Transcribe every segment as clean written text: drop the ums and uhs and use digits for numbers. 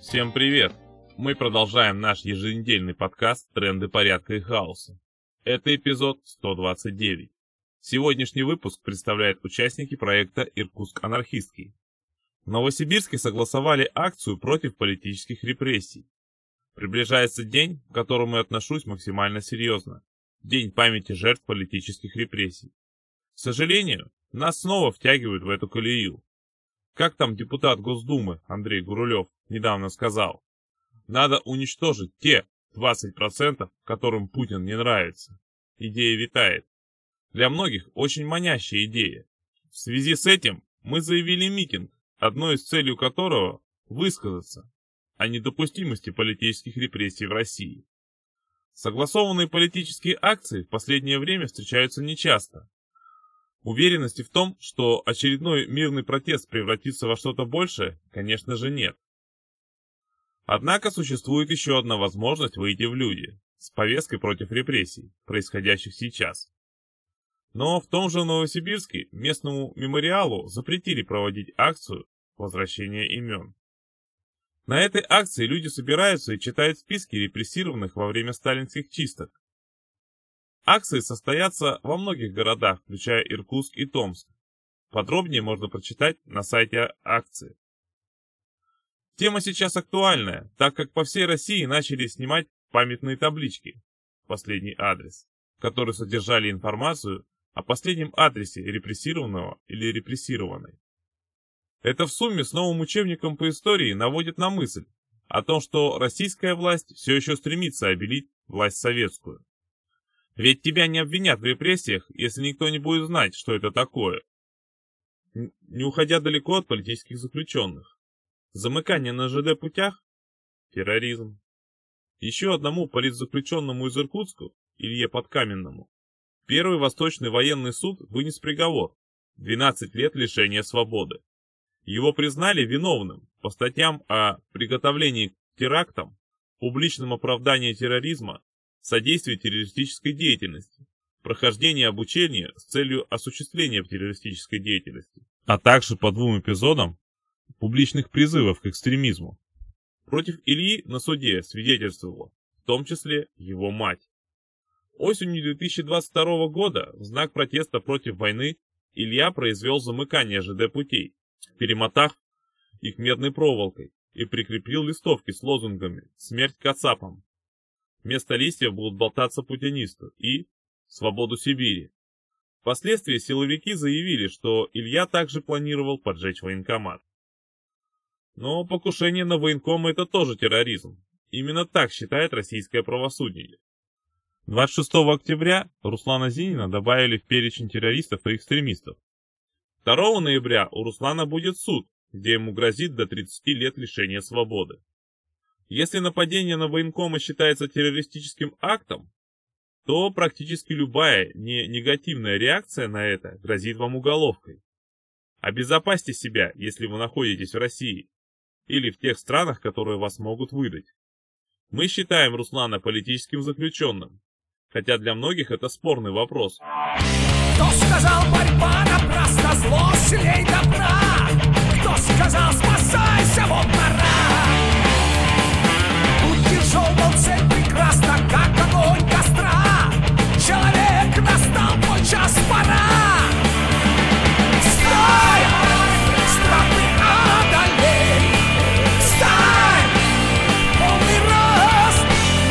Всем привет! Мы продолжаем наш еженедельный подкаст «Тренды порядка и хаоса». Это эпизод 129. Сегодняшний выпуск представляют участники проекта «Иркутск анархистский». В Новосибирске согласовали акцию против политических репрессий. Приближается день, к которому я отношусь максимально серьезно. День памяти жертв политических репрессий. К сожалению, нас снова втягивают в эту колею. Как там депутат Госдумы Андрей Гурулев недавно сказал, надо уничтожить те 20%, которым Путин не нравится. Идея витает. Для многих очень манящая идея. В связи с этим мы заявили митинг, одной из целей которого высказаться о недопустимости политических репрессий в России. Согласованные политические акции в последнее время встречаются нечасто. Уверенности в том, что очередной мирный протест превратится во что-то большее, конечно же, нет. Однако существует еще одна возможность выйти в люди с повесткой против репрессий, происходящих сейчас. Но в том же Новосибирске местному мемориалу запретили проводить акцию возвращения имен. На этой акции люди собираются и читают списки репрессированных во время сталинских чисток. Акции состоятся во многих городах, включая Иркутск и Томск. Подробнее можно прочитать на сайте акции. Тема сейчас актуальная, так как по всей России начали снимать памятные таблички, последний адрес, которые содержали информацию о последнем адресе репрессированного или репрессированной. Это в сумме с новым учебником по истории наводит на мысль о том, что российская власть все еще стремится обелить власть советскую. Ведь тебя не обвинят в репрессиях, если никто не будет знать, что это такое. Не уходя далеко от политических заключенных. Замыкание на ЖД-путях – терроризм. Еще одному политзаключенному из Иркутска, Илье Подкаменному, Первый Восточный военный суд вынес приговор – 12 лет лишения свободы. Его признали виновным по статьям о приготовлении к терактам, публичном оправдании терроризма, содействии террористической деятельности, прохождении обучения с целью осуществления террористической деятельности, а также по 2 эпизодам публичных призывов к экстремизму. Против Ильи на суде свидетельствовала, в том числе его мать. Осенью 2022 года в знак протеста против войны Илья произвел замыкание ЖД-путей, перемотав их медной проволокой и прикрепил листовки с лозунгами «Смерть кацапам». Вместо листьев будут болтаться путинисты и «Свободу Сибири». Впоследствии силовики заявили, что Илья также планировал поджечь военкомат. Но покушение на военкома – это тоже терроризм. Именно так считает российское правосудие. 26 октября Руслана Зинина добавили в перечень террористов и экстремистов. 2 ноября у Руслана будет суд, где ему грозит до 30 лет лишения свободы. Если нападение на военкома считается террористическим актом, то практически любая негативная реакция на это грозит вам уголовкой. Обезопасьте себя, если вы находитесь в России или в тех странах, которые вас могут выдать. Мы считаем Руслана политическим заключенным, хотя для многих это спорный вопрос. Кто сказал, борьба напрасна, зло сильней добра? Кто сказал, спасайся, вот пора? Будь тяжел, цель прекрасна, как огонь костра. Человек, настал твой час, пора. Встань, страх ты одолей. Встань, полный рост.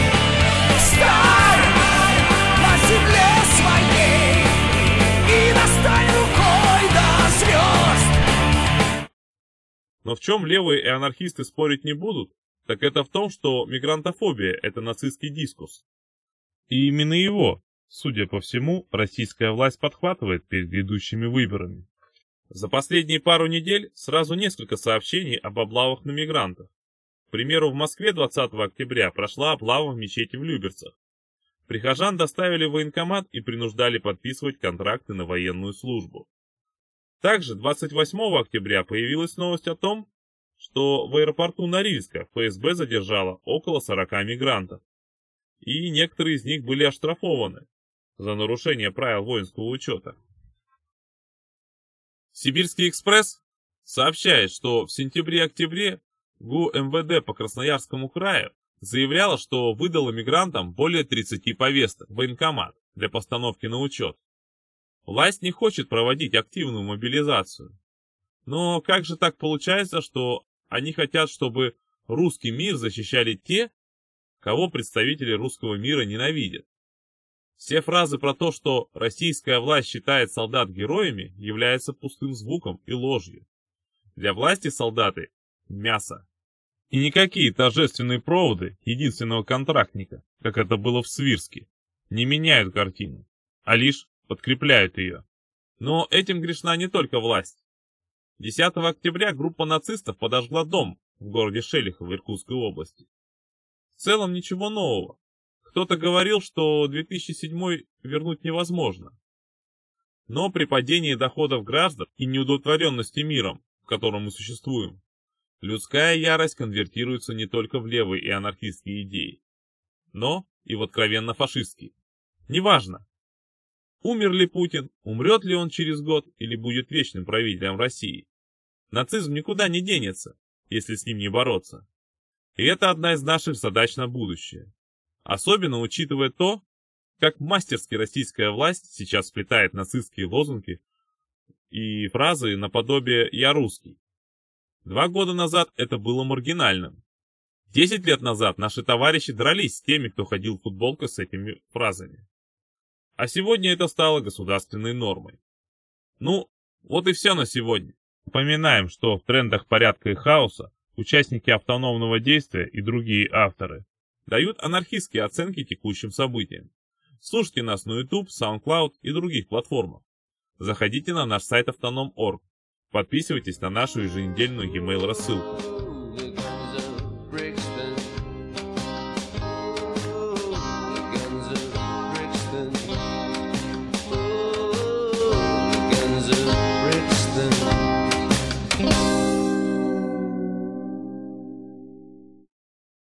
Встань на земле своей и достань рукой до звезд. Но в чем левые и анархисты спорить не будут, так это в том, что мигрантофобия – это нацистский дискурс. И именно его, судя по всему, российская власть подхватывает перед грядущими выборами. За последние пару недель сразу несколько сообщений об облавах на мигрантов. К примеру, в Москве 20 октября прошла облава в мечети в Люберцах. Прихожан доставили в военкомат и принуждали подписывать контракты на военную службу. Также 28 октября появилась новость о том, что в аэропорту Норильска ФСБ задержала около 40 мигрантов. И некоторые из них были оштрафованы за нарушение правил воинского учета. Сибирский экспресс сообщает, что в сентябре-октябре ГУ МВД по Красноярскому краю заявляла, что выдала мигрантам более 30 повесток в военкомат для постановки на учет. Власть не хочет проводить активную мобилизацию. Но как же так получается, что они хотят, чтобы русский мир защищали те, кого представители русского мира ненавидят? Все фразы про то, что российская власть считает солдат героями, являются пустым звуком и ложью. Для власти солдаты – мясо. И никакие торжественные проводы единственного контрактника, как это было в Свирске, не меняют картину, а лишь подкрепляют ее. Но этим грешна не только власть. 10 октября группа нацистов подожгла дом в городе Шелихово Иркутской области. В целом ничего нового. Кто-то говорил, что 2007 вернуть невозможно. Но при падении доходов граждан и неудовлетворенности миром, в котором мы существуем, людская ярость конвертируется не только в левые и анархистские идеи, но и в откровенно фашистские. Неважно, умер ли Путин, умрет ли он через год или будет вечным правителем России. Нацизм никуда не денется, если с ним не бороться. И это одна из наших задач на будущее. Особенно учитывая то, как мастерски российская власть сейчас сплетает нацистские лозунги и фразы наподобие «я русский». 2 года назад это было маргинальным. 10 лет назад наши товарищи дрались с теми, кто ходил в футболках с этими фразами. А сегодня это стало государственной нормой. Ну, вот и все на сегодня. Напоминаем, что в трендах порядка и хаоса участники автономного действия и другие авторы дают анархистские оценки текущим событиям. Слушайте нас на YouTube, SoundCloud и других платформах. Заходите на наш сайт autonom.org. Подписывайтесь на нашу еженедельную e-mail рассылку.